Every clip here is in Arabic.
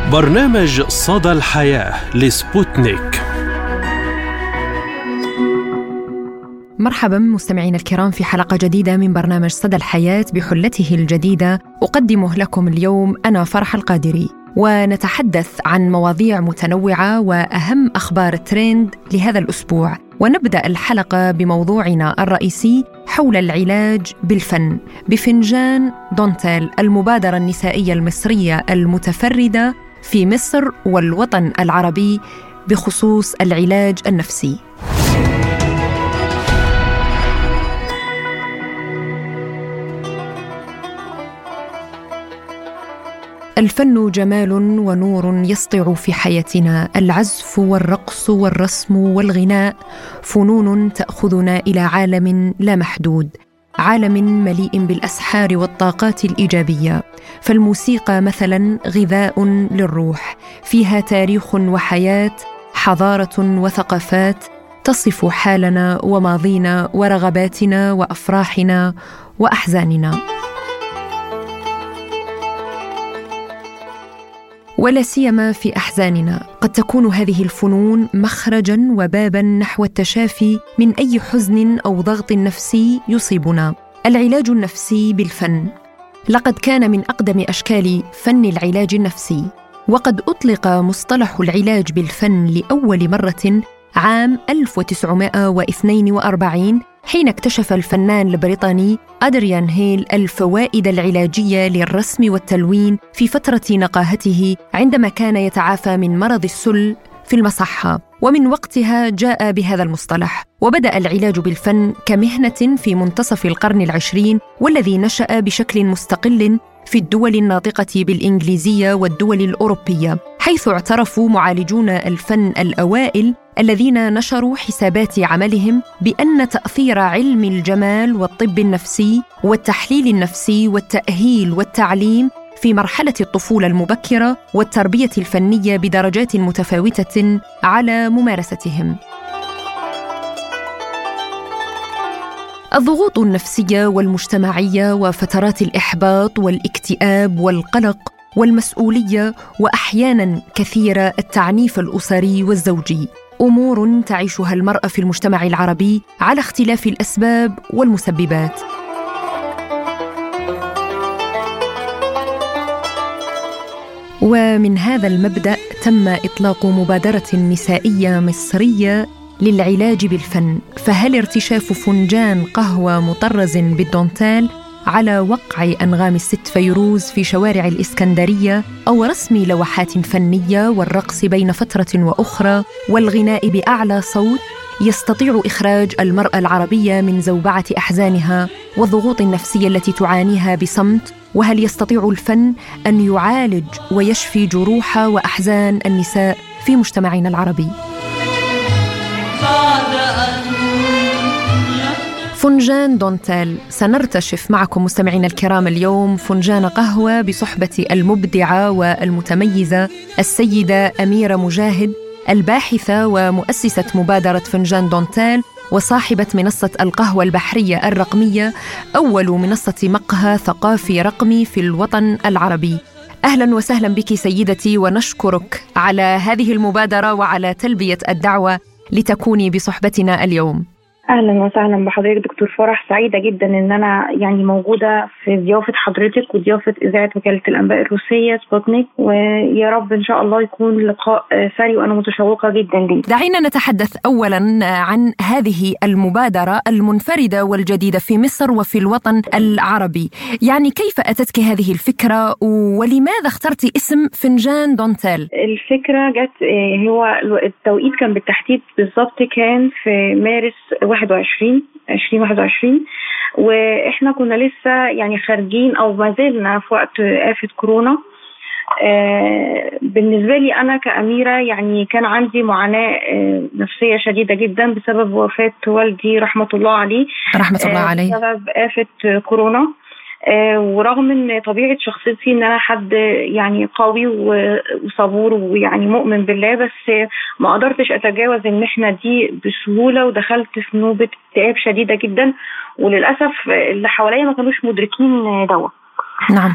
برنامج صدى الحياة لسبوتنيك. مرحبا مستمعين الكرام في حلقة جديدة من برنامج صدى الحياة بحلته الجديدة. أقدمه لكم اليوم أنا فرح القادري، ونتحدث عن مواضيع متنوعة وأهم أخبار الترند لهذا الأسبوع. ونبدأ الحلقة بموضوعنا الرئيسي حول العلاج بالفن بفنجان دونتيل، المبادرة النسائية المصرية المتفردة في مصر والوطن العربي بخصوص العلاج النفسي. الفن جمال ونور يسطع في حياتنا، العزف والرقص والرسم والغناء فنون تأخذنا إلى عالم لا محدود، عالم مليء بالأسحار والطاقات الإيجابية. فالموسيقى مثلا غذاء للروح، فيها تاريخ وحياة، حضارة وثقافات تصف حالنا وماضينا ورغباتنا وأفراحنا وأحزاننا. ولا سيما في أحزاننا، قد تكون هذه الفنون مخرجاً وباباً نحو التشافي من أي حزن أو ضغط نفسي يصيبنا. العلاج النفسي بالفن لقد كان من أقدم أشكال فن العلاج النفسي، وقد أطلق مصطلح العلاج بالفن لأول مرة عام 1942 حين اكتشف الفنان البريطاني أدريان هيل الفوائد العلاجية للرسم والتلوين في فترة نقاهته عندما كان يتعافى من مرض السل في المصحة. ومن وقتها جاء بهذا المصطلح، وبدأ العلاج بالفن كمهنة في منتصف القرن العشرين، والذي نشأ بشكل مستقل في الدول الناطقة بالإنجليزية والدول الأوروبية، حيث اعترفوا معالجون الفن الأوائل الذين نشروا حسابات عملهم بأن تأثير علم الجمال والطب النفسي والتحليل النفسي والتأهيل والتعليم في مرحلة الطفولة المبكرة والتربية الفنية بدرجات متفاوتة على ممارستهم. الضغوط النفسية والمجتمعية وفترات الإحباط والاكتئاب والقلق والمسؤولية، وأحياناً كثيرة التعنيف الأسري والزوجي، أمور تعيشها المرأة في المجتمع العربي على اختلاف الأسباب والمسببات. ومن هذا المبدأ تم إطلاق مبادرة نسائية مصرية للعلاج بالفن. فهل ارتشاف فنجان قهوة مطرز بالدونتيل على وقع أنغام الست فيروز في شوارع الإسكندرية، أو رسم لوحات فنية والرقص بين فترة وأخرى والغناء بأعلى صوت يستطيع إخراج المرأة العربية من زوبعة أحزانها والضغوط النفسية التي تعانيها بصمت؟ وهل يستطيع الفن أن يعالج ويشفي جروح وأحزان النساء في مجتمعنا العربي؟ فنجان دونتيل. سنرتشف معكم مستمعين الكرام اليوم فنجان قهوة بصحبة المبدعة والمتميزة السيدة أميرة مجاهد، الباحثة ومؤسسة مبادرة فنجان دونتيل وصاحبة منصة القهوة البحرية الرقمية، أول منصة مقهى ثقافي رقمي في الوطن العربي. أهلا وسهلا بك سيدتي، ونشكرك على هذه المبادرة وعلى تلبية الدعوة لتكوني بصحبتنا اليوم. أهلا وسهلا بحضرتك دكتور فرح، سعيدة جدا إن أنا موجودة في ضيافة حضرتك وضيافة إذاعة وكالة الأنباء الروسية سبوتنيك، ويا رب إن شاء الله يكون لقاء ثري وأنا متشوقة جدا ليه. دعينا نتحدث أولا عن هذه المبادرة المنفردة والجديدة في مصر وفي الوطن العربي. يعني كيف أتتك هذه الفكرة ولماذا اخترتي اسم فنجان دونتيل؟ الفكرة جت، هو التوقيت كان بالتحديد بالضبط كان في مارس 2021، واحنا كنا لسه خارجين او ما زلنا في وقت آفة كورونا. بالنسبة لي أنا كأميرة كان عندي معاناة نفسية شديدة جدا بسبب وفاة والدي رحمة الله عليه بسبب آفة كورونا. ورغم ان طبيعة شخصيتي ان انا حد قوي وصبور ومؤمن بالله، بس ما قدرتش اتجاوز المحنة دي بسهولة، ودخلت في نوبة اكتئاب شديدة جدا، وللأسف اللي حواليا ما كانوش مدركين دوا. نعم.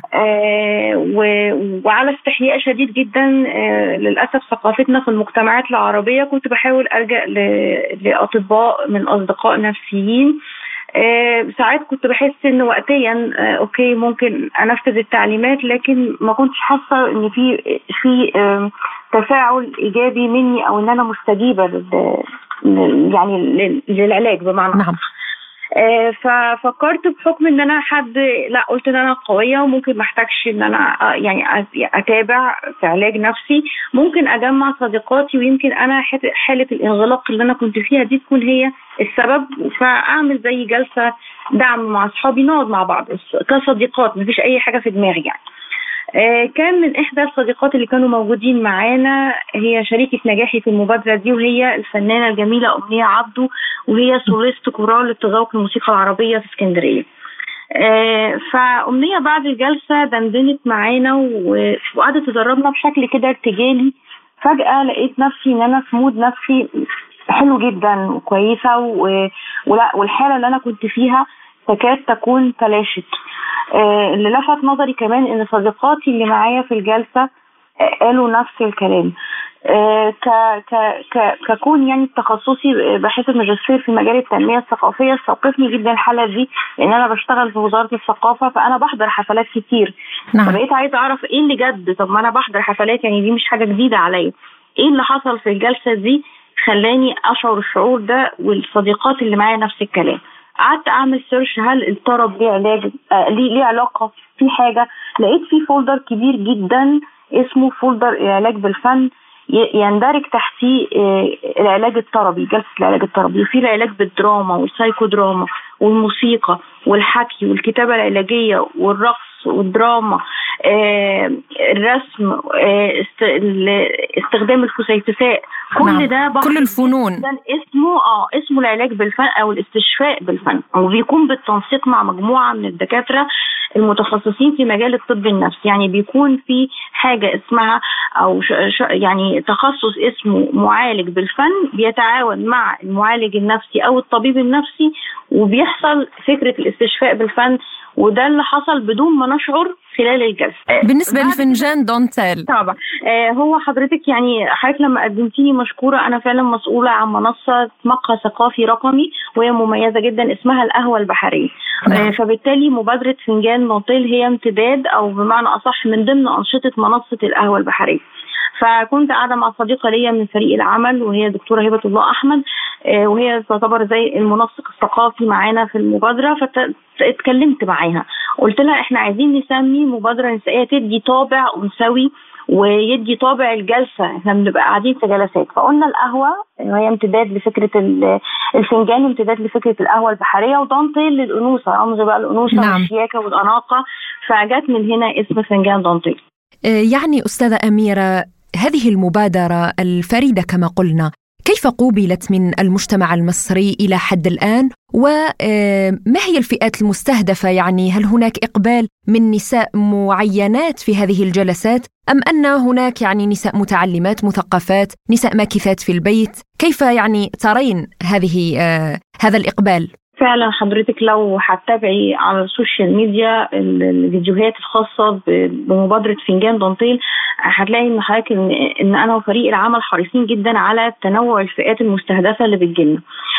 وعلى استحياء شديد جدا للأسف ثقافتنا في المجتمعات العربية كنت بحاول ألجأ لأطباء من أصدقاء نفسيين. ساعات كنت بحس إن وقتيا أوكي ممكن أنفذ التعليمات، لكن ما كنتش حاسة إن في تفاعل إيجابي مني أو إن أنا مستجيبة يعني للعلاج بمعنى. نعم. ففكرت بحكم ان انا لا قلت ان انا قويه وممكن ما احتاجش ان انا يعني اتابع في علاج نفسي، ممكن اجمع صديقاتي ويمكن انا حاله الانغلاق اللي انا كنت فيها دي تكون هي السبب، فاعمل زي جلسه دعم مع اصحابي نقعد مع بعض كصديقات، مفيش اي حاجه في دماغي يعني. كان من إحدى الصديقات اللي كانوا موجودين معانا هي شريكة نجاحي في المبادرة دي، وهي الفنانة الجميلة أمنية عبده، وهي سوليست كورال لتذوق الموسيقى العربية في اسكندرية. فأمنية بعد الجلسة دندنت معانا وقعدت تدربنا بشكل كده ارتجالي. فجأة لقيت نفسي إن أنا في مود نفسي حلو جدا وكويسة والحالة اللي أنا كنت فيها تكاد تكون تلاشت. اللي لفت نظري كمان ان صديقاتي اللي معايا في الجلسة قالوا نفس الكلام. ككون يعني تخصصي بحث الماجستير في مجال التنمية الثقافية استوقفني جدا الحالة دي، لان انا بشتغل في وزارة الثقافة فانا بحضر حفلات كتير. نعم. فبقيت عايزة اعرف ايه اللي جد، طب ما انا بحضر حفلات يعني دي مش حاجة جديدة عليا، ايه اللي حصل في الجلسة دي خلاني اشعر الشعور ده، والصديقات اللي معايا نفس الكلام. قعدت اعمل سيرش هل الطرب ليه علاج، ليه علاقه في حاجه. لقيت في فولدر كبير جدا اسمه فولدر العلاج بالفن، يندرج تحتيه العلاج الطربي، جلسه العلاج الطربي، وفي العلاج بالدراما والسايكودراما والموسيقى والحكي والكتابه العلاجيه والرقص والدراما، الرسم، استخدام الفسيفساء، كل ده كل الفنون اسمه العلاج بالفن او الاستشفاء بالفن، وبيكون بالتنسيق مع مجموعه من الدكاتره المتخصصين في مجال الطب النفسي. يعني بيكون في حاجه اسمها او يعني تخصص اسمه معالج بالفن بيتعاون مع المعالج النفسي او الطبيب النفسي، وبيحصل فكره الاستشفاء بالفن. وده اللي حصل بدون ما نشعر خلال الجلسة. بالنسبة لفنجان دونتيل طبعا هو حضرتك يعني حضرتك لما قدمتيني مشكورة، أنا فعلا مسؤولة عن منصة مقهى ثقافي رقمي وهي مميزة جدا اسمها القهوة البحرية. فبالتالي مبادرة فنجان دونتيل هي امتداد أو بمعنى أصح من ضمن أنشطة منصة القهوة البحرية. فكنت قاعدة مع صديقة ليا من فريق العمل وهي دكتورة هبة الله أحمد، وهي تعتبر زي المنسق الثقافي معانا في المبادرة. فاتكلمت معاها قلت لها احنا عايزين نسمي مبادرة نسائية تدي طابع أنثوي ويدي طابع الجلسة، احنا بنبقى قاعدين في جلسات. فقلنا القهوة وهي امتداد لفكرة الفنجان، امتداد لفكرة القهوة البحرية، ودانتيل للأنوثة، رمز بقى الأنوثة. نعم. والشياكة والأناقة، فجت من هنا اسم فنجان دانتيل. يعني أستاذة أميرة، هذه المبادرة الفريدة كما قلنا كيف قوبلت من المجتمع المصري إلى حد الآن؟ وما هي الفئات المستهدفة؟ يعني هل هناك إقبال من نساء معينات في هذه الجلسات، أم أن هناك يعني نساء متعلمات مثقفات، نساء ماكثات في البيت؟ كيف يعني ترين هذا الإقبال؟ فعلا حضرتك لو هتتابعي على السوشيال ميديا الفيديوهات الخاصة بمبادرة فنجان دانتيل هتلاقي ان حضرتك ان انا وفريق العمل حريصين جدا على تنوع الفئات المستهدفة اللي بتجيلنا.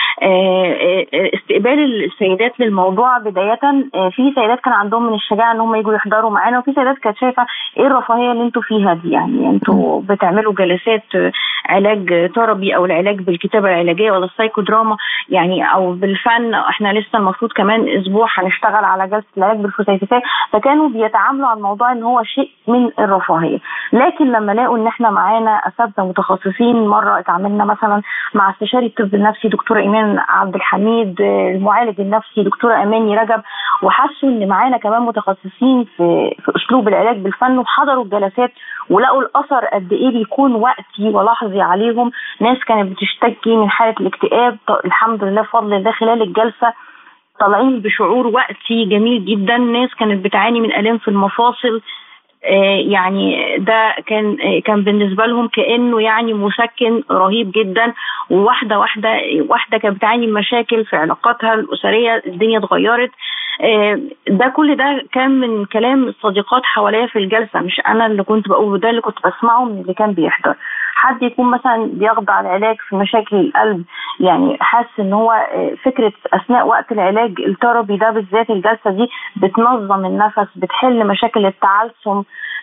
استقبال السيدات للموضوع بداية، في سيدات كان عندهم من الشجاعة ان هم يجوا يحضروا معانا، وفي سيدات كانت شايفة ايه الرفاهية اللي انتوا فيها دي، يعني انتوا بتعملوا جلسات علاج طربي او العلاج بالكتابة العلاجية ولا السايكودراما يعني او بالفن، احنا لسه المفروض كمان اسبوع هنشتغل على جلسة العلاج بالفسيفساء. فكانوا بيتعاملوا على الموضوع ان هو شيء من الرفاهية. لكن لما لقوا ان احنا معانا اساتذة متخصصين، مرة اتعاملنا مثلا مع استشاري الطب النفسي دكتورة إيمان عبد الحميد، المعالج النفسي دكتورة أماني رجب، وحسوا ان معانا كمان متخصصين في اسلوب العلاج بالفن، وحضروا الجلسات ولقوا الاثر قد ايه بيكون وقتي ولحظي عليهم. ناس كانت بتشتكي من حالة الاكتئاب، الحمد لله بفضل الله خلال الجلسة طالعين بشعور وقتي جميل جدا. ناس كانت بتعاني من آلام في المفاصل، يعني ده كان بالنسبة لهم كأنه يعني مسكن رهيب جدا. وواحدة كانت بتعاني من مشاكل في علاقاتها الأسرية، الدنيا اتغيرت. ده كل ده كان من كلام الصديقات حواليا في الجلسة، مش أنا اللي كنت بقوله، ده اللي كنت بسمعه من اللي كان بيحضر. حد يكون مثلا بيخضع العلاج في مشاكل القلب، يعني حاسس ان هو فكرة اثناء وقت العلاج التربي ده بالذات، الجلسة دي بتنظم النفس، بتحل مشاكل التعلسم،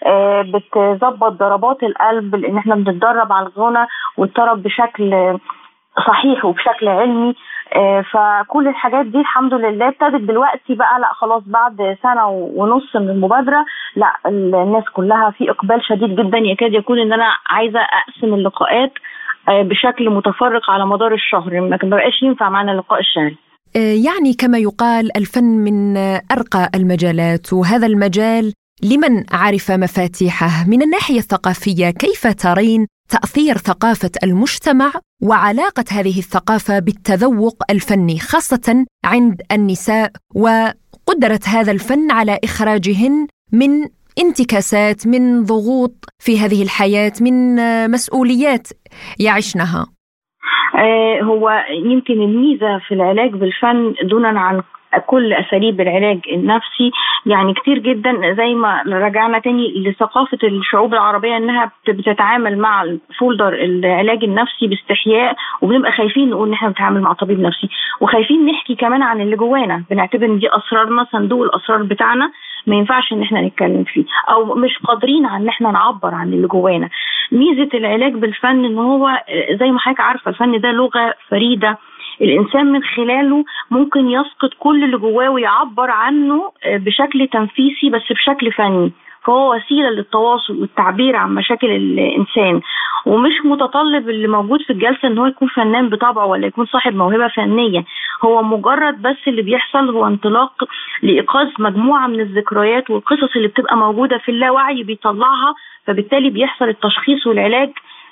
بتظبط ضربات القلب، لان احنا بنتدرب على الغنى والطرب بشكل صحيح وبشكل علمي. فكل الحاجات دي الحمد لله ابتدت دلوقتي بقى، لا خلاص بعد سنة ونص من المبادرة، لا الناس كلها في إقبال شديد جدا، يكاد يكون ان انا عايزة اقسم اللقاءات بشكل متفرق على مدار الشهر، ما بقاش ينفع معنا اللقاء الشهري. يعني كما يقال الفن من أرقى المجالات، وهذا المجال لمن عرف مفاتيحه. من الناحية الثقافية كيف ترين تأثير ثقافة المجتمع وعلاقة هذه الثقافة بالتذوق الفني خاصة عند النساء، وقدرة هذا الفن على إخراجهن من انتكاسات، من ضغوط في هذه الحياة، من مسؤوليات يعيشنها؟ هو يمكن الميزة في العلاج بالفن دونا عن كل أساليب العلاج النفسي، يعني كتير جدا زي ما رجعنا تاني لثقافة الشعوب العربية انها بتتعامل مع الفولدر العلاج النفسي باستحياء، وبنبقى خايفين نقول ان احنا بنتعامل مع طبيب نفسي، وخايفين نحكي كمان عن اللي جوانا، بنعتبر ان دي اسرارنا، صندوق الاسرار بتاعنا ما ينفعش ان احنا نتكلم فيه، او مش قادرين عن ان احنا نعبر عن اللي جوانا. ميزة العلاج بالفن ان هو زي ما حضرتك عارفة الفن ده لغة فريدة، الإنسان من خلاله ممكن يسقط كل اللي جواه ويعبر عنه بشكل تنفيسي بس بشكل فني، فهو وسيلة للتواصل والتعبير عن مشاكل الإنسان، ومش متطلب اللي موجود في الجلسة إن هو يكون فنان بطبعه ولا يكون صاحب موهبة فنية، هو مجرد بس اللي بيحصل هو انطلاق لإيقاظ مجموعة من الذكريات والقصص اللي بتبقى موجودة في اللاوعي بيطلعها، فبالتالي بيحصل التشخيص والعلاج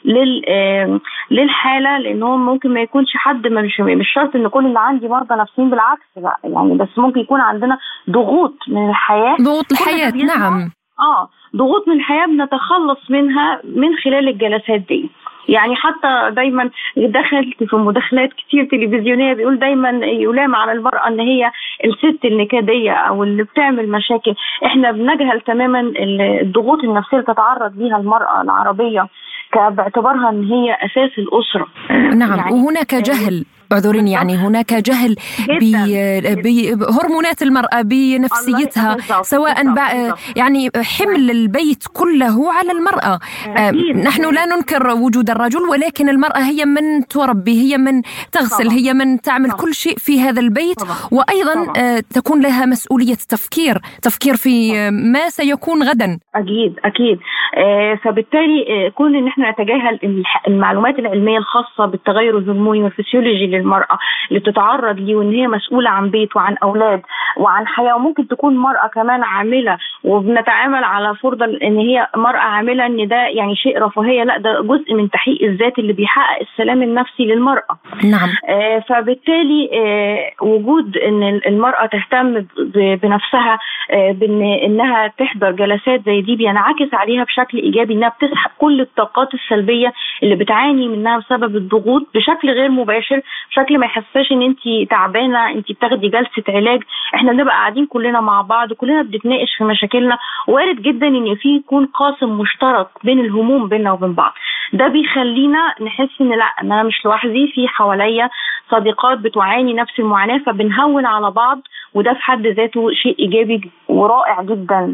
للحالة، لأنه ممكن ما يكونش حد، مش شرط إن كل اللي عندي مرضى نفسيين، بالعكس لا، يعني بس ممكن يكون عندنا ضغوط من الحياة، ضغوط الحياة نعم، ضغوط من الحياة بنتخلص منها من خلال الجلسات دي. يعني حتى دايما دخلت في مداخلات كتير تلفزيونية بيقول دايما يلام على المرأة ان هي الست النكدية او اللي بتعمل مشاكل، احنا بنجهل تماما الضغوط النفسية اللي تتعرض ليها المرأة العربية باعتبارها ان هي اساس الاسرة. نعم يعني وهناك جهل، اعذريني، يعني هناك جهل بهرمونات المرأة، بنفسيتها، سواء يعني حمل البيت كله على المرأة. نحن لا ننكر وجود الرجل، ولكن المرأة هي من تربي، هي من تغسل، هي من تعمل كل شيء في هذا البيت، وأيضا تكون لها مسؤولية تفكير في ما سيكون غدا. أكيد. فبالتالي كون إن احنا نتجاهل المعلومات العلمية الخاصة بالتغير الهرموني والفسيولوجي للمرأة اللي بتتعرض ليه، وإن هي مسؤولة عن بيت وعن أولاد وعن حياة، وممكن تكون مرأة كمان عاملة، وبنتعامل على فرض إن هي مرأة عاملة إن ده يعني شيء رفاهية، لا ده جزء من تحقيق الذات اللي بيحقق السلام النفسي للمرأة. نعم. فبالتالي وجود إن المرأة تهتم بنفسها، بإن إنها تحضر جلسات زي دي بينعكس عليها بشكل إيجابي، إنها بتسحب كل الطاقات السلبية اللي بتعاني منها بسبب الضغوط بشكل غير مباشر، بشكل ما يحسسش ان انت تعبانه، انت بتاخدي جلسه علاج، احنا بنبقى قاعدين كلنا مع بعض، كلنا بنتناقش في مشاكلنا، وارد جدا ان في يكون قاسم مشترك بين الهموم بيننا وبين بعض، ده بيخلينا نحس ان لا، ان انا مش لوحدي، في حواليا صديقات بتعاني نفس المعاناه، فبنهون على بعض، وده في حد ذاته شيء ايجابي ورائع جدا.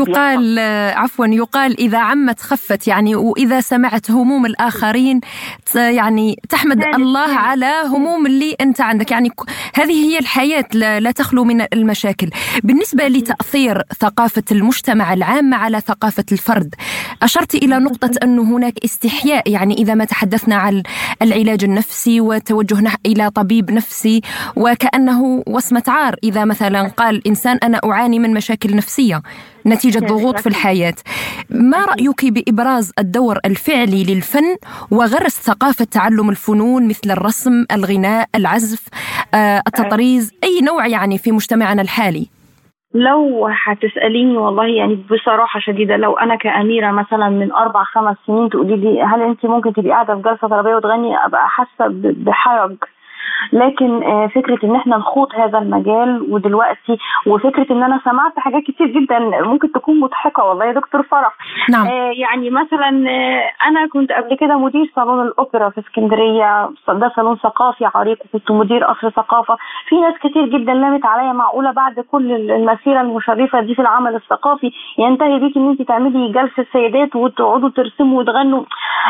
يقال اذا عمت خفت، يعني واذا سمعت هموم الاخرين يعني تحمد الله على هموم اللي انت عندك، يعني هذه هي الحياة، لا تخلو من المشاكل. بالنسبة لتأثير ثقافة المجتمع العام على ثقافة الفرد، أشرت إلى نقطة أنه هناك استحياء، يعني إذا ما تحدثنا عن العلاج النفسي وتوجهنا إلى طبيب نفسي وكأنه وصمة عار، إذا مثلا قال إنسان أنا أعاني من مشاكل نفسية نتيجة ضغوط في الحياة، ما رأيك بإبراز الدور الفعلي للفن وغرس ثقافة تعلم الفنون مثل الرسم، الغناء، العزف، التطريز، أي نوع يعني في مجتمعنا الحالي؟ لو هتسأليني والله يعني بصراحة شديدة، لو أنا كأميرة مثلا من 4-5 سنين تقولي لي هل أنت ممكن تبقي قاعدة في جلسة تربوية وتغني، أبقى حاسة بحرج، لكن فكرة ان احنا نخوض هذا المجال ودلوقتي، وفكرة ان انا سمعت حاجات كتير جدا ممكن تكون مضحكة والله يا دكتور فرح. نعم. يعني مثلا انا كنت قبل كده مدير صالون الاوبرا في اسكندرية، ده صالون ثقافي عريق، وكنت مدير قصر ثقافة. في ناس كتير جدا لامت عليا، معقولة بعد كل المسيرة المشرفة دي في العمل الثقافي ينتهي بيك ان انت تعملي جلسة سيدات وتقعدوا ترسموا وتغنوا؟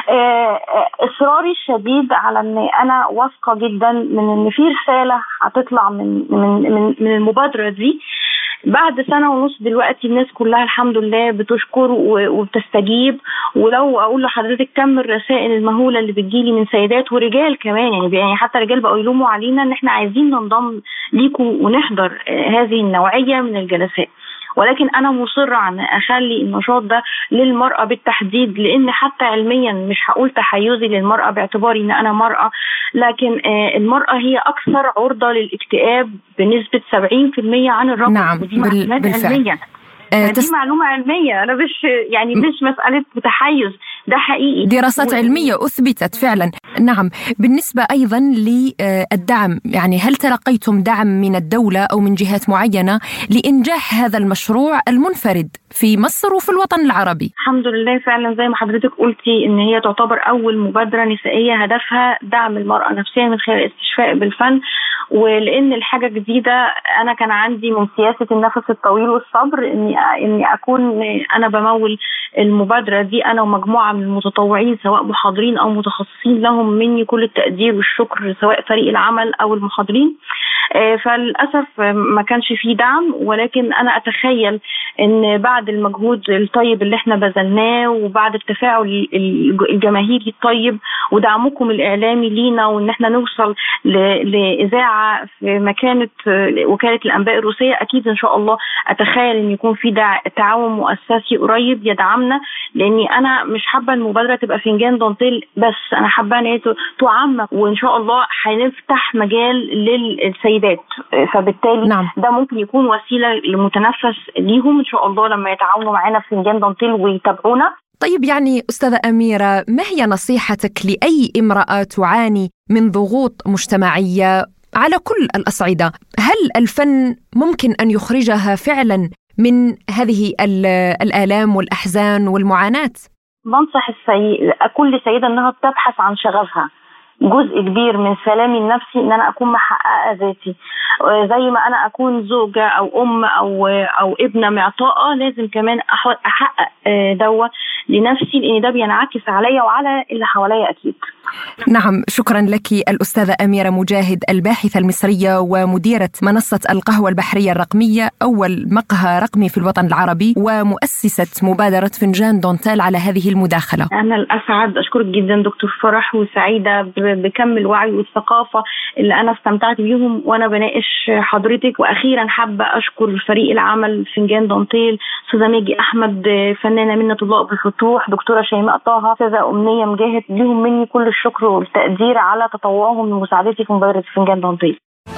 اصراري الشديد على ان انا واثقة جدا من ان في رسالة هتطلع من المبادرة دي. بعد سنة ونص دلوقتي الناس كلها الحمد لله بتشكر وبتستجيب. ولو اقول لحضرتك كم الرسائل المهولة اللي بتجيلي من سيدات ورجال كمان، يعني حتى رجال بقوا يلوموا علينا ان احنا عايزين ننضم ليكم ونحضر هذه النوعية من الجلسات. ولكن أنا مصرة عن أخلي النشاط ده للمرأة بالتحديد، لأن حتى علميا مش هقول تحيزي للمرأة باعتباري أن أنا مرأة، لكن المرأة هي أكثر عرضة للاكتئاب بنسبة 70% عن الرجل. نعم، ودي معلومات علمية. دي معلومة علمية، أنا مش مسألة تحيز، ده حقيقي، دراسات علمية أثبتت فعلا. نعم. بالنسبة أيضا للدعم، يعني هل تلقيتم دعم من الدولة أو من جهات معينة لإنجاح هذا المشروع المنفرد في مصر وفي الوطن العربي؟ الحمد لله فعلا زي ما حضرتك قلتي إن هي تعتبر أول مبادرة نسائية هدفها دعم المرأة نفسيا من خلال الاستشفاء بالفن. ولأن الحاجة جديدة، أنا كان عندي من سياسة النفس الطويل والصبر إني أكون أنا بمول المبادرة دي أنا ومجموعة من المتطوعين سواء محاضرين أو متخصصين، لهم مني كل التقدير والشكر سواء فريق العمل أو المحاضرين. فللأسف ما كانش فيه دعم، ولكن أنا أتخيل إن بعد المجهود الطيب اللي احنا بذلناه وبعد التفاعل الجماهيري الطيب ودعمكم الإعلامي لينا، وإن احنا نوصل لإذاعة في مكانة وكالة الأنباء الروسية، أكيد إن شاء الله أتخيل إن يكون في تعاون مؤسسي قريب يدعمنا. لأني أنا مش حابة المبادرة تبقى فنجان دانتيل بس، أنا حابة إن هي تعمق، وإن شاء الله هنفتح مجال للسيدات. فبالتالي نعم. ده ممكن يكون وسيلة لمتنفس ليهم إن شاء الله لما يتعاونوا معنا في فنجان دانتيل ويتابعونا. طيب، يعني أستاذة أميرة، ما هي نصيحتك لأي امرأة تعاني من ضغوط مجتمعية على كل الأصعدة؟ هل الفن ممكن أن يخرجها فعلا من هذه الآلام والأحزان والمعاناة؟ بنصح كل سيدة أنها تبحث عن شغفها. جزء كبير من سلامي النفسي ان انا اكون محققه ذاتي، زي ما انا اكون زوجه او ام او ابنه معطاءه، لازم كمان احقق دوا لنفسي، لان ده بينعكس عليا وعلى اللي حواليا اكيد. نعم، شكرا لك الأستاذة أميرة مجاهد، الباحثة المصرية ومديرة منصة القهوة البحرية الرقمية، أول مقهى رقمي في الوطن العربي، ومؤسسة مبادرة فنجان دانتيل، على هذه المداخلة. أنا الأسعد، أشكرك جدا دكتور فرح، وسعيدة بكم الوعي والثقافة اللي أنا استمتعت بيهم وأنا بناقش حضرتك. وأخيرا حابة أشكر فريق العمل فنجان دانتيل، أستاذة ميجي أحمد، فنانة منة الله أبو الفتوح، دكتورة شيماء طه، أستاذة أمنية مجاهد، ليهم مني كل الشكر والتقدير على تطوعهم لمساعدتي في مبادرة فنجان دانتيل.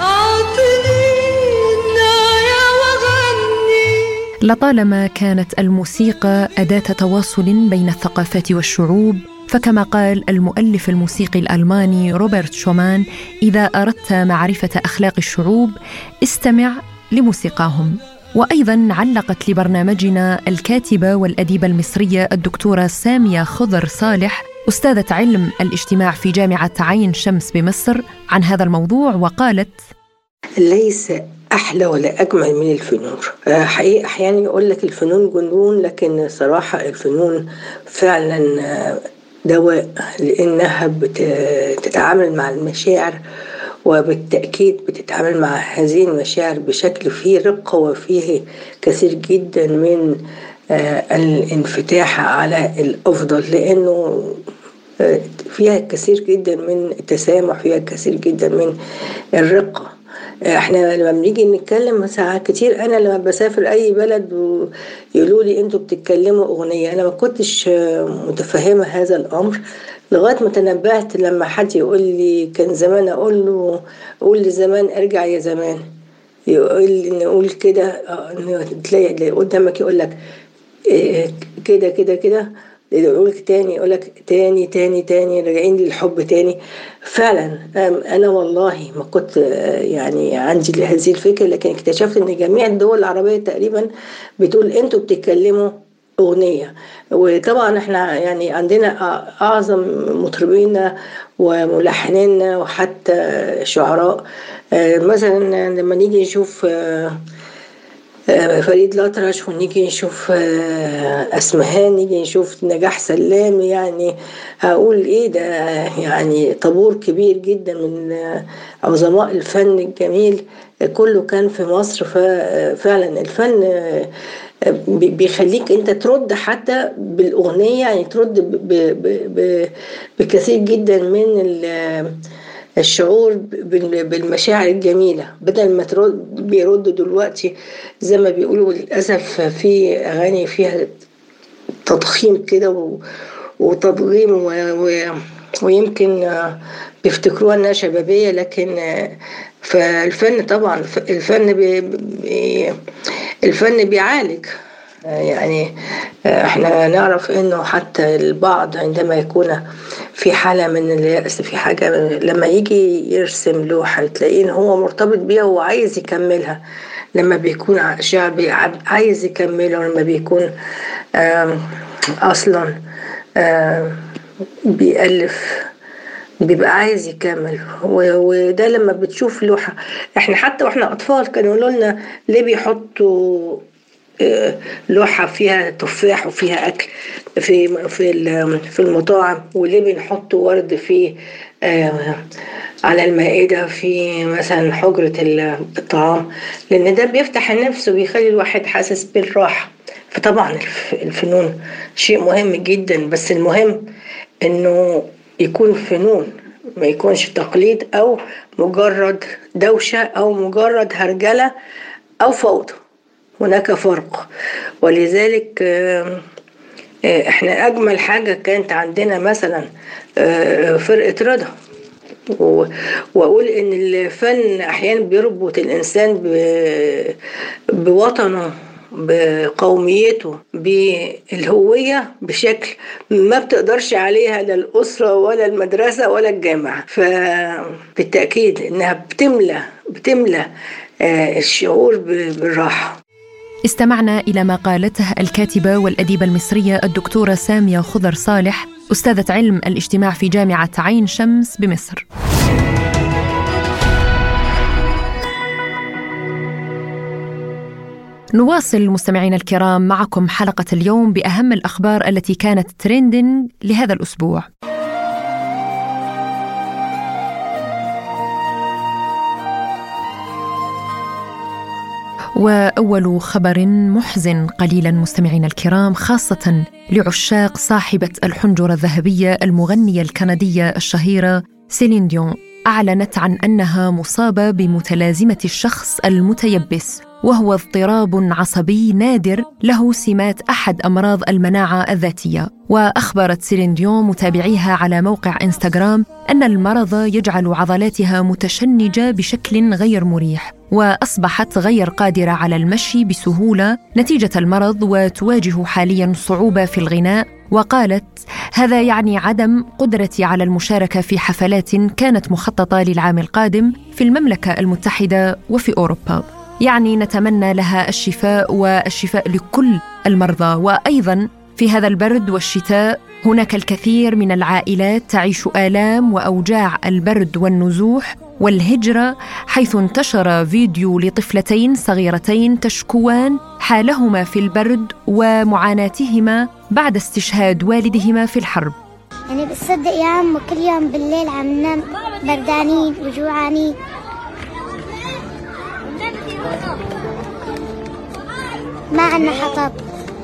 لطالما كانت الموسيقى أداة تواصل بين الثقافات والشعوب، فكما قال المؤلف الموسيقي الألماني روبرت شومان: إذا أردت معرفة أخلاق الشعوب استمع لموسيقاهم. وأيضا علقت لبرنامجنا الكاتبة والأديبة المصرية الدكتورة سامية خضر صالح، أستاذة علم الاجتماع في جامعة عين شمس بمصر، عن هذا الموضوع، وقالت: ليس أحلى ولا أجمل من الفنون. حقيقة أحيانا يقول لك الفنون جنون، لكن صراحة الفنون فعلا دواء، لأنها بتتعامل مع المشاعر، وبالتأكيد بتتعامل مع هذه المشاعر بشكل فيه رقة وفيه كثير جدا من الانفتاح على الأفضل، لأنه فيها كثير جدا من التسامح، فيها كثير جدا من الرقة. احنا لما بنيجي نتكلم ساعات كتير، انا لما بسافر اي بلد ويقولوا لي انتوا بتتكلموا اغنية، انا ما كنتش متفهمة هذا الامر لغاية ما تنبهت لما حد يقول لي كان زمان، اقول له قول لزمان ارجع يا زمان، يقول لي نقول كده، تلاقي اللي قدامك يقول لك كده كده كده، يقولك تاني، يقولك تاني تاني تاني، راجعين للحب تاني. فعلا أنا والله ما كنت يعني عندي هذه الفكرة، لكن اكتشفت إن جميع الدول العربية تقريبا بتقول أنتوا بتتكلموا أغنية. وطبعا احنا يعني عندنا أعظم مطربين وملحنين وحتى شعراء. مثلا لما نيجي نشوف فريد الأطرش، ونيجي نشوف أسمهان، نيجي نشوف نجاح سلام، يعني هقول إيه ده، يعني طابور كبير جدا من عظماء الفن الجميل كله كان في مصر. ففعلا الفن بيخليك انت ترد حتى بالأغنية، يعني ترد بكثير جدا من الشعور بالمشاعر الجميلة، بدل ما بيردوا دلوقتي زي ما بيقولوا للأسف في أغاني فيها تضخيم كده وتضغيم ويمكن بيفتكروها انها شبابية، لكن فالفن طبعا الفن بيعالج. يعني احنا نعرف انه حتى البعض عندما يكون في حالة من اليأس في حاجة، لما يجي يرسم لوحة تلاقيه ان هو مرتبط بيها وعايز يكملها، لما بيكون شعبي عايز يكمله، لما بيكون اصلا بيألف بيبقى عايز يكمل. وده لما بتشوف لوحة، احنا حتى واحنا اطفال كانوا يقولوا لنا ليه بيحطوا لوحة فيها تفاح وفيها أكل في المطاعم، وليه بنحطوا ورد في على المائدة في مثلا حجرة الطعام، لأن ده بيفتح النفس وبيخلي الواحد حاسس بالراحة. فطبعا الفنون شيء مهم جدا، بس المهم إنه يكون فنون، ما يكونش تقليد أو مجرد دوشة أو مجرد هرجلة أو فوضى. هناك فرق. ولذلك احنا اجمل حاجة كانت عندنا مثلا فرقة رضا، واقول ان الفن احيانا بيربط الانسان بوطنه، بقوميته، بالهوية بشكل ما بتقدرش عليها لا الأسرة ولا المدرسة ولا الجامعة. فبالتأكيد انها بتملى الشعور بالراحة. استمعنا إلى ما قالته الكاتبة والأديبة المصرية الدكتورة سامية خضر صالح، أستاذة علم الاجتماع في جامعة عين شمس بمصر. نواصل مستمعين الكرام معكم حلقة اليوم بأهم الأخبار التي كانت تريندينج لهذا الأسبوع. وأول خبر محزن قليلا مستمعين الكرام، خاصة لعشاق صاحبة الحنجرة الذهبية المغنية الكندية الشهيرة سيلين ديون، أعلنت عن أنها مصابة بمتلازمة الشخص المتيبس، وهو اضطراب عصبي نادر له سمات أحد أمراض المناعة الذاتية. وأخبرت سيلين ديون متابعيها على موقع إنستغرام أن المرض يجعل عضلاتها متشنجة بشكل غير مريح، وأصبحت غير قادرة على المشي بسهولة نتيجة المرض، وتواجه حالياً صعوبة في الغناء. وقالت: هذا يعني عدم قدرتي على المشاركة في حفلات كانت مخططة للعام القادم في المملكة المتحدة وفي أوروبا. يعني نتمنى لها الشفاء والشفاء لكل المرضى. وأيضاً في هذا البرد والشتاء هناك الكثير من العائلات تعيش آلام وأوجاع البرد والنزوح والهجرة، حيث انتشر فيديو لطفلتين صغيرتين تشكوان حالهما في البرد ومعاناتهما بعد استشهاد والدهما في الحرب. يعني بتصدق يا عم كل يوم بالليل عم ننام بردانين وجوعانين. ما عنا حطب.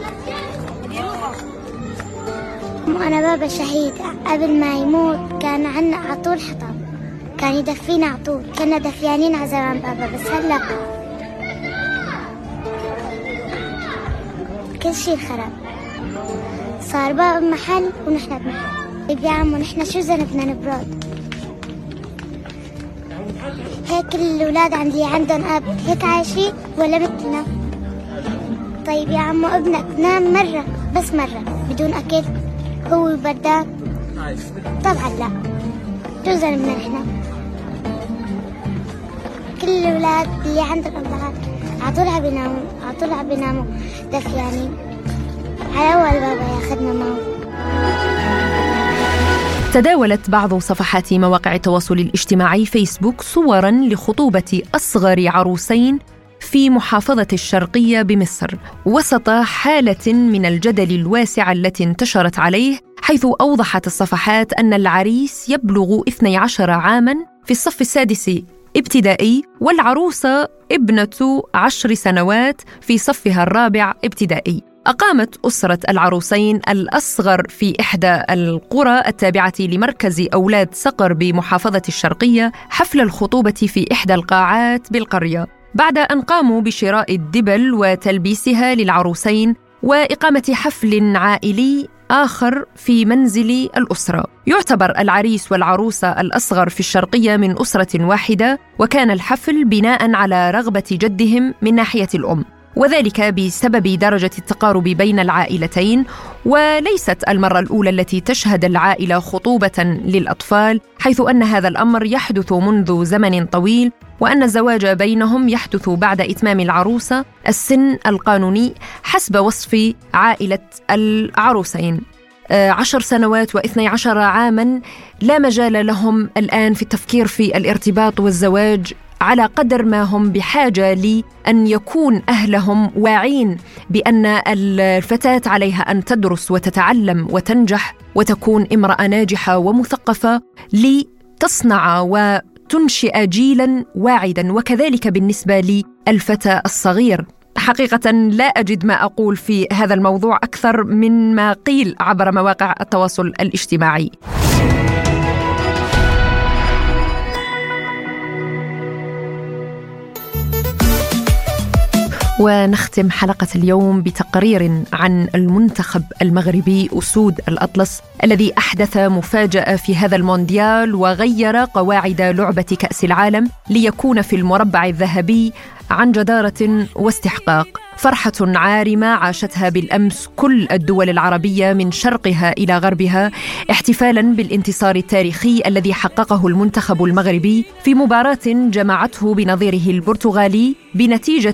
وأنا بابا شهيد، قبل ما يموت كان عنا عطول حطب، كان يدفينا عطول، كنا دفيانين على زمان بابا. بس هلا كل شيء خرب، صار بابا بمحل ونحن بمحل. يا عمو نحن شو ذنبنا نبرد؟ هيك الأولاد عندي عندهم أب هيك عايشين ولا مثلنا؟ طيب يا عمو ابنك نام مرة بس مرة بدون أكل، هو بردان؟ طبعا لا، جزء من احنا. كل الأولاد اللي عندهم أمهات عطولها بيناموا دفيانين. على أول بابا ياخدنا معه. تداولت بعض صفحات مواقع التواصل الاجتماعي فيسبوك صوراً لخطوبة أصغر عروسين في محافظة الشرقية بمصر وسط حالة من الجدل الواسع التي انتشرت عليه، حيث أوضحت الصفحات أن العريس يبلغ 12 عاماً في الصف السادس ابتدائي، والعروسة ابنة 10 سنوات في صفها الرابع ابتدائي. أقامت أسرة العروسين الأصغر في إحدى القرى التابعة لمركز أولاد صقر بمحافظة الشرقية حفل الخطوبة في إحدى القاعات بالقرية، بعد أن قاموا بشراء الدبل وتلبيسها للعروسين وإقامة حفل عائلي آخر في منزل الأسرة. يعتبر العريس والعروسة الأصغر في الشرقية من أسرة واحدة، وكان الحفل بناء على رغبة جدهم من ناحية الأم، وذلك بسبب درجة التقارب بين العائلتين. وليست المرة الأولى التي تشهد العائلة خطوبة للأطفال، حيث أن هذا الأمر يحدث منذ زمن طويل، وأن الزواج بينهم يحدث بعد إتمام العروسة السن القانوني حسب وصف عائلة العروسين. 10 سنوات و12 عاماً لا مجال لهم الآن في التفكير في الارتباط والزواج، على قدر ما هم بحاجة لأن يكون أهلهم واعين بأن الفتاة عليها أن تدرس وتتعلم وتنجح وتكون امرأة ناجحة ومثقفة لتصنع وتنشئ جيلاً واعداً، وكذلك بالنسبة للفتى الصغير. حقيقة لا أجد ما أقول في هذا الموضوع أكثر من ما قيل عبر مواقع التواصل الاجتماعي. ونختم حلقة اليوم بتقرير عن المنتخب المغربي أسود الأطلس الذي أحدث مفاجأة في هذا المونديال وغير قواعد لعبة كأس العالم ليكون في المربع الذهبي عن جدارة واستحقاق. فرحة عارمة عاشتها بالأمس كل الدول العربية من شرقها إلى غربها، احتفالاً بالانتصار التاريخي الذي حققه المنتخب المغربي في مباراة جمعته بنظيره البرتغالي بنتيجة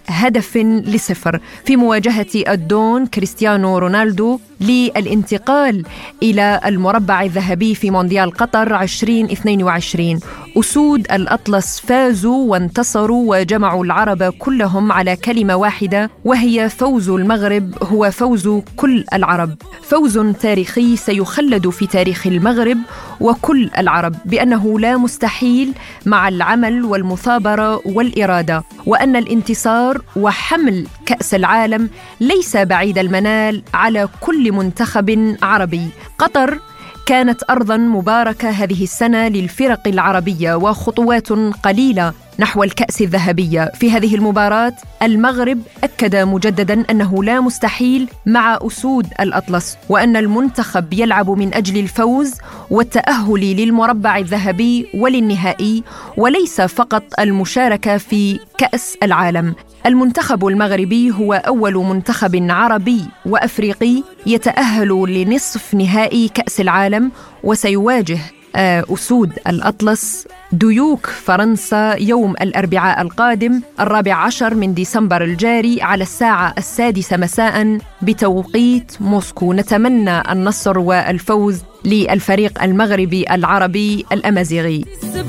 1-0 في مواجهة الدون كريستيانو رونالدو للانتقال إلى المربع الذهبي في مونديال قطر 2022. أسود الأطلس فازوا وانتصروا وجمعوا العرب كلهم على كلمة واحدة، وهي فوز المغرب هو فوز كل العرب. فوز تاريخي سيخلد في تاريخ المغرب وكل العرب بأنه لا مستحيل مع العمل والمثابرة والإرادة، وأن الانتصار وحمل كأس العالم ليس بعيد المنال على كل منتخب عربي. قطر كانت أرضاً مباركة هذه السنة للفرق العربية وخطوات قليلة نحو الكأس الذهبية. في هذه المباراة المغرب أكد مجدداً أنه لا مستحيل مع أسود الأطلس، وأن المنتخب يلعب من أجل الفوز والتأهل للمربع الذهبي وللنهائي، وليس فقط المشاركة في كأس العالم. المنتخب المغربي هو أول منتخب عربي وأفريقي يتأهل لنصف نهائي كأس العالم، وسيواجه أسود الأطلس ديوك فرنسا يوم الأربعاء القادم 14 من ديسمبر الجاري على الساعة 6 مساء بتوقيت موسكو. نتمنى النصر والفوز للفريق المغربي العربي الأمازيغي.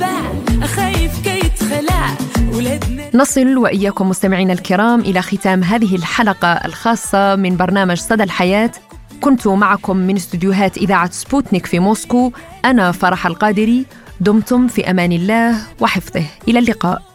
نصل وإياكم مستمعين الكرام إلى ختام هذه الحلقة الخاصة من برنامج صدى الحياة. كنت معكم من استديوهات إذاعة سبوتنيك في موسكو، أنا فرح القادري. دمتم في أمان الله وحفظه. إلى اللقاء.